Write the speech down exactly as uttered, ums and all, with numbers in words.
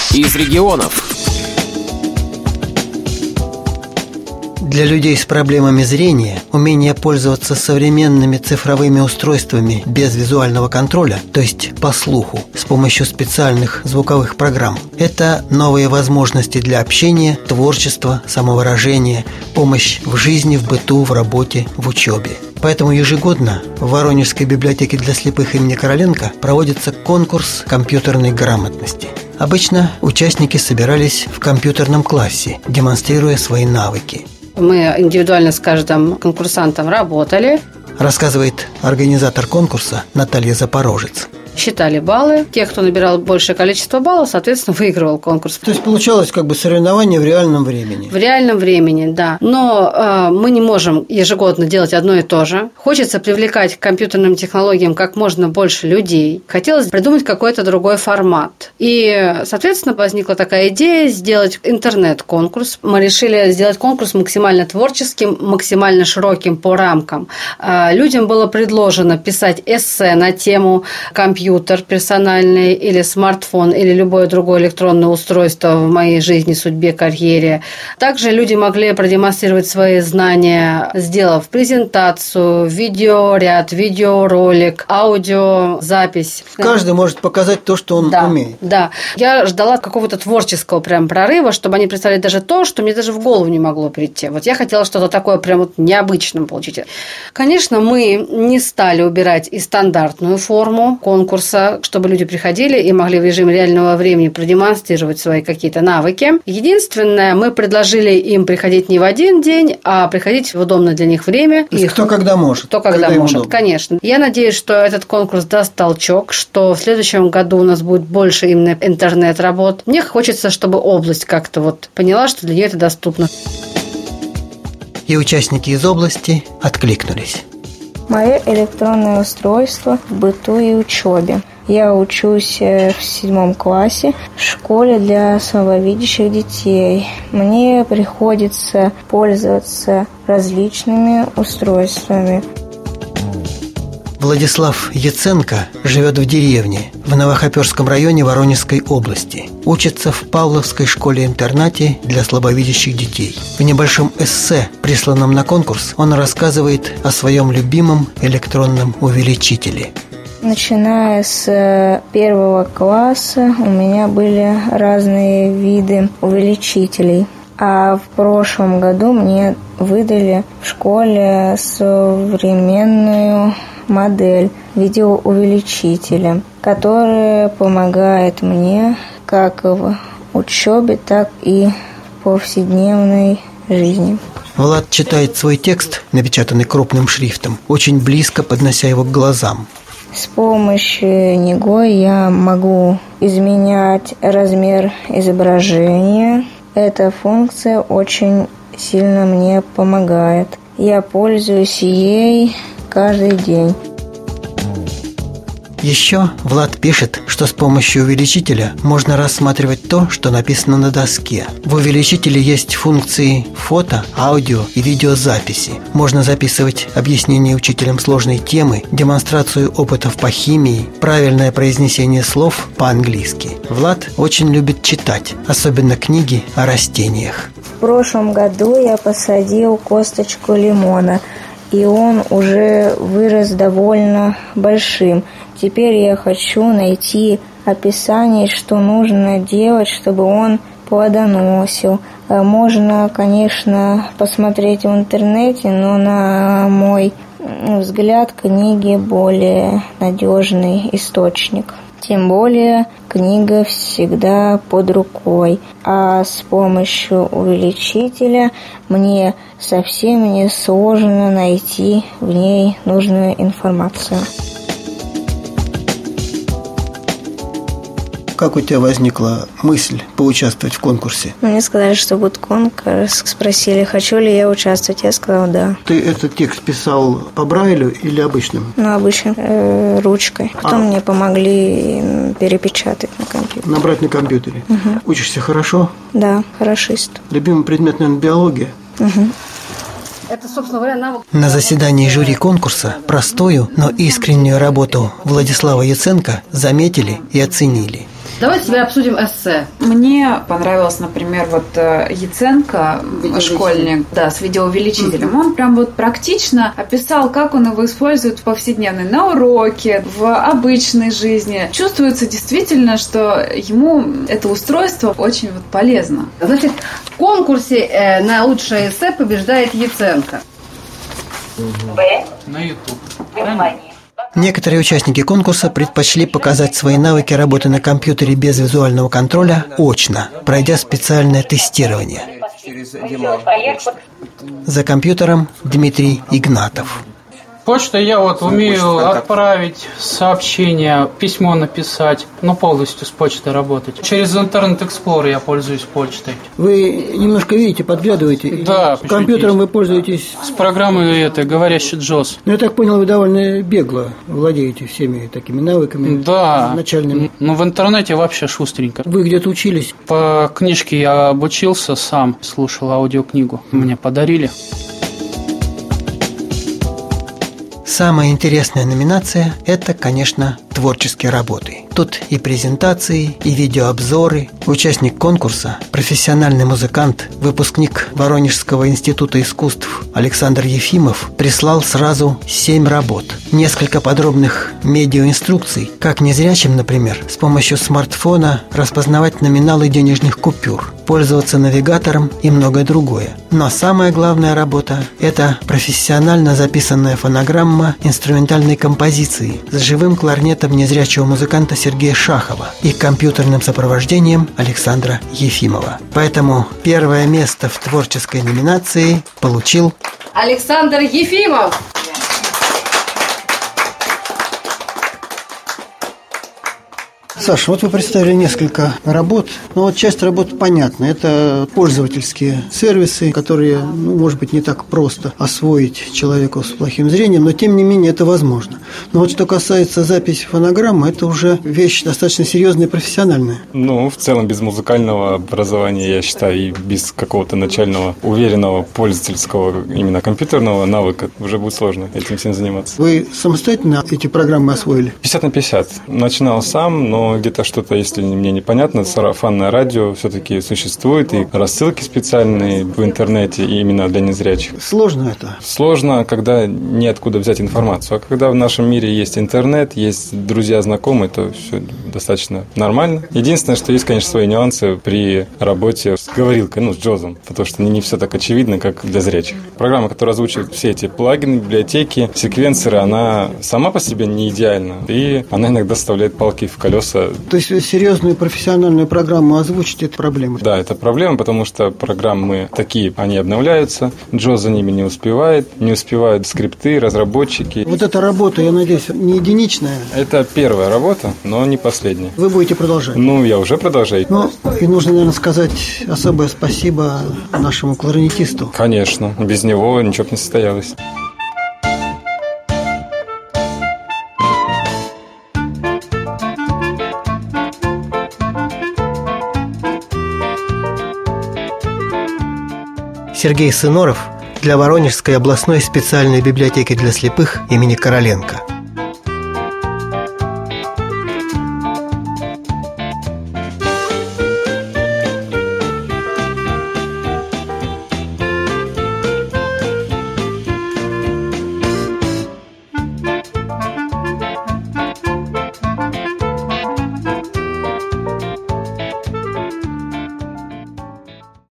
из регионов. Для людей с проблемами зрения умение пользоваться современными цифровыми устройствами без визуального контроля, то есть по слуху, с помощью специальных звуковых программ – это новые возможности для общения, творчества, самовыражения, помощь в жизни, в быту, в работе, в учебе. Поэтому ежегодно в Воронежской библиотеке для слепых имени Короленко проводится конкурс компьютерной грамотности. Обычно участники собирались в компьютерном классе, демонстрируя свои навыки. Мы индивидуально с каждым конкурсантом работали. Рассказывает организатор конкурса Наталья Запорожец. Считали баллы. Те, кто набирал большее количество баллов, соответственно, выигрывал конкурс. То есть получалось как бы соревнование в реальном времени. В реальном времени, да. Но э, мы не можем ежегодно делать одно и то же. Хочется привлекать к компьютерным технологиям как можно больше людей. Хотелось придумать какой-то другой формат. И, соответственно, возникла такая идея сделать интернет-конкурс. Мы решили сделать конкурс максимально творческим, максимально широким по рамкам. Э, людям было предложено писать эссе на тему компьютера, компьютер персональный или смартфон или любое другое электронное устройство в моей жизни, судьбе, карьере. Также люди могли продемонстрировать свои знания, сделав презентацию, видеоряд, видеоролик, аудиозапись. Каждый может показать то, что он да, умеет. Да. Я ждала какого-то творческого прям прорыва, чтобы они представили даже то, что мне даже в голову не могло прийти. Вот я хотела что-то такое прям вот необычное получить. Конечно, мы не стали убирать и стандартную форму конкурса, чтобы люди приходили и могли в режиме реального времени продемонстрировать свои какие-то навыки. Единственное, мы предложили им приходить не в один день, а приходить в удобное для них время. То есть их... кто когда может. Кто когда, когда может, конечно. Я надеюсь, что этот конкурс даст толчок, что в следующем году у нас будет больше именно интернет-работ. Мне хочется, чтобы область как-то вот поняла, что для нее это доступно. И участники из области откликнулись. Мое электронное устройство в быту и учебе. Я учусь в седьмом классе в школе для слабовидящих детей. Мне приходится пользоваться различными устройствами. Владислав Яценко живет в деревне в Новохоперском районе Воронежской области. Учится в Павловской школе-интернате для слабовидящих детей. В небольшом эссе, присланном на конкурс, он рассказывает о своем любимом электронном увеличителе. Начиная с первого класса у меня были разные виды увеличителей. А в прошлом году мне выдали в школе современную модель видеоувеличителя, которая помогает мне как в учебе, так и в повседневной жизни. Влад читает свой текст, напечатанный крупным шрифтом, очень близко поднося его к глазам. С помощью него я могу изменять размер изображения. Эта функция очень сильно мне помогает. Я пользуюсь ей каждый день. Еще Влад пишет, что с помощью увеличителя можно рассматривать то, что написано на доске. В увеличителе есть функции фото, аудио и видеозаписи. Можно записывать объяснение учителем сложной темы, демонстрацию опытов по химии, правильное произнесение слов по-английски. Влад очень любит читать, особенно книги о растениях. В прошлом году я посадил косточку лимона, и он уже вырос довольно большим. Теперь я хочу найти описание, что нужно делать, чтобы он плодоносил. Можно, конечно, посмотреть в интернете, но на мой взгляд книги более надежный источник. Тем более книга всегда под рукой, а с помощью увеличителя мне совсем не сложно найти в ней нужную информацию. Как у тебя возникла мысль поучаствовать в конкурсе? Мне сказали, что будет конкурс. Спросили, хочу ли я участвовать. Я сказала, да. Ты этот текст писал по Брайлю или обычным? Ну, обычно э, ручкой. Потом а. мне помогли перепечатать на компьютере. Набрать на компьютере. Угу. Учишься хорошо? Да, хорошист. Любимый предмет, наверное, биология? Угу. Это, собственно говоря, навык. На заседании жюри конкурса простую, но искреннюю работу Владислава Яценко заметили и оценили. Давайте теперь обсудим эссе. Мне понравилось, например, вот Яценко, школьник, да, с видеоувеличителем. Он прям вот практично описал, как он его использует в повседневной, на уроке, в обычной жизни. Чувствуется действительно, что ему это устройство очень вот полезно. Значит, в конкурсе э, на лучшее эссе побеждает Яценко. На YouTube. Некоторые участники конкурса предпочли показать свои навыки работы на компьютере без визуального контроля очно, пройдя специальное тестирование. За компьютером Дмитрий Игнатов. Почта я вот умею отправить сообщение, письмо написать, но полностью с почтой работать. Через Internet Explorer я пользуюсь почтой. Вы немножко видите, подглядываете? Да. Компьютером вы пользуетесь? С программой этой, говорящий Джоз. Ну, я так понял, вы довольно бегло владеете всеми такими навыками. Да. Начальными. Ну, в интернете вообще шустренько. Вы где-то учились? По книжке я обучился сам, слушал аудиокнигу. Мне подарили. Самая интересная номинация – это, конечно, творческие работы. Тут и презентации, и видеообзоры. Участник конкурса, профессиональный музыкант, выпускник Воронежского института искусств Александр Ефимов прислал сразу семь работ. Несколько подробных медиаинструкций, как незрячим, например, с помощью смартфона распознавать номиналы денежных купюр, пользоваться навигатором и многое другое. Но самая главная работа – это профессионально записанная фонограмма инструментальной композиции с живым кларнетом незрячего музыканта Сергея Шахова и компьютерным сопровождением Александра Ефимова. Поэтому первое место в творческой номинации получил Александр Ефимов. Саша, вот вы представили несколько работ. Ну, вот часть работ понятна. Это пользовательские сервисы, которые, ну, может быть, не так просто освоить человеку с плохим зрением, но, тем не менее, это возможно. Но вот что касается записи фонограммы, это уже вещь достаточно серьезная и профессиональная. Ну, в целом, без музыкального образования, я считаю, и без какого-то начального, уверенного пользовательского, именно компьютерного навыка уже будет сложно этим всем заниматься. Вы самостоятельно эти программы освоили? пятьдесят на пятьдесят. Начинал сам, но где-то что-то, если мне непонятно, сарафанное радио все-таки существует, и рассылки специальные в интернете именно для незрячих. Сложно это? Сложно, когда неоткуда взять информацию. А когда в нашем мире есть интернет, есть друзья, знакомые, то все достаточно нормально. Единственное, что есть, конечно, свои нюансы при работе с говорилкой, ну, с джозом, потому что не все так очевидно, как для зрячих. Программа, которая озвучивает все эти плагины, библиотеки, секвенсоры, она сама по себе не идеальна, и она иногда вставляет палки в колеса. То есть серьезную профессиональную программу озвучить – это проблема? Да, это проблема, потому что программы такие, они обновляются, джоз за ними не успевает, не успевают скрипты, разработчики. Вот эта работа, я надеюсь, не единичная? Это первая работа, но не последняя. Вы будете продолжать? Ну, я уже продолжаю. Ну, и нужно, наверное, сказать особое спасибо нашему кларнетисту. Конечно, без него ничего бы не состоялось. Сергей Сыноров для Воронежской областной специальной библиотеки для слепых имени Короленко.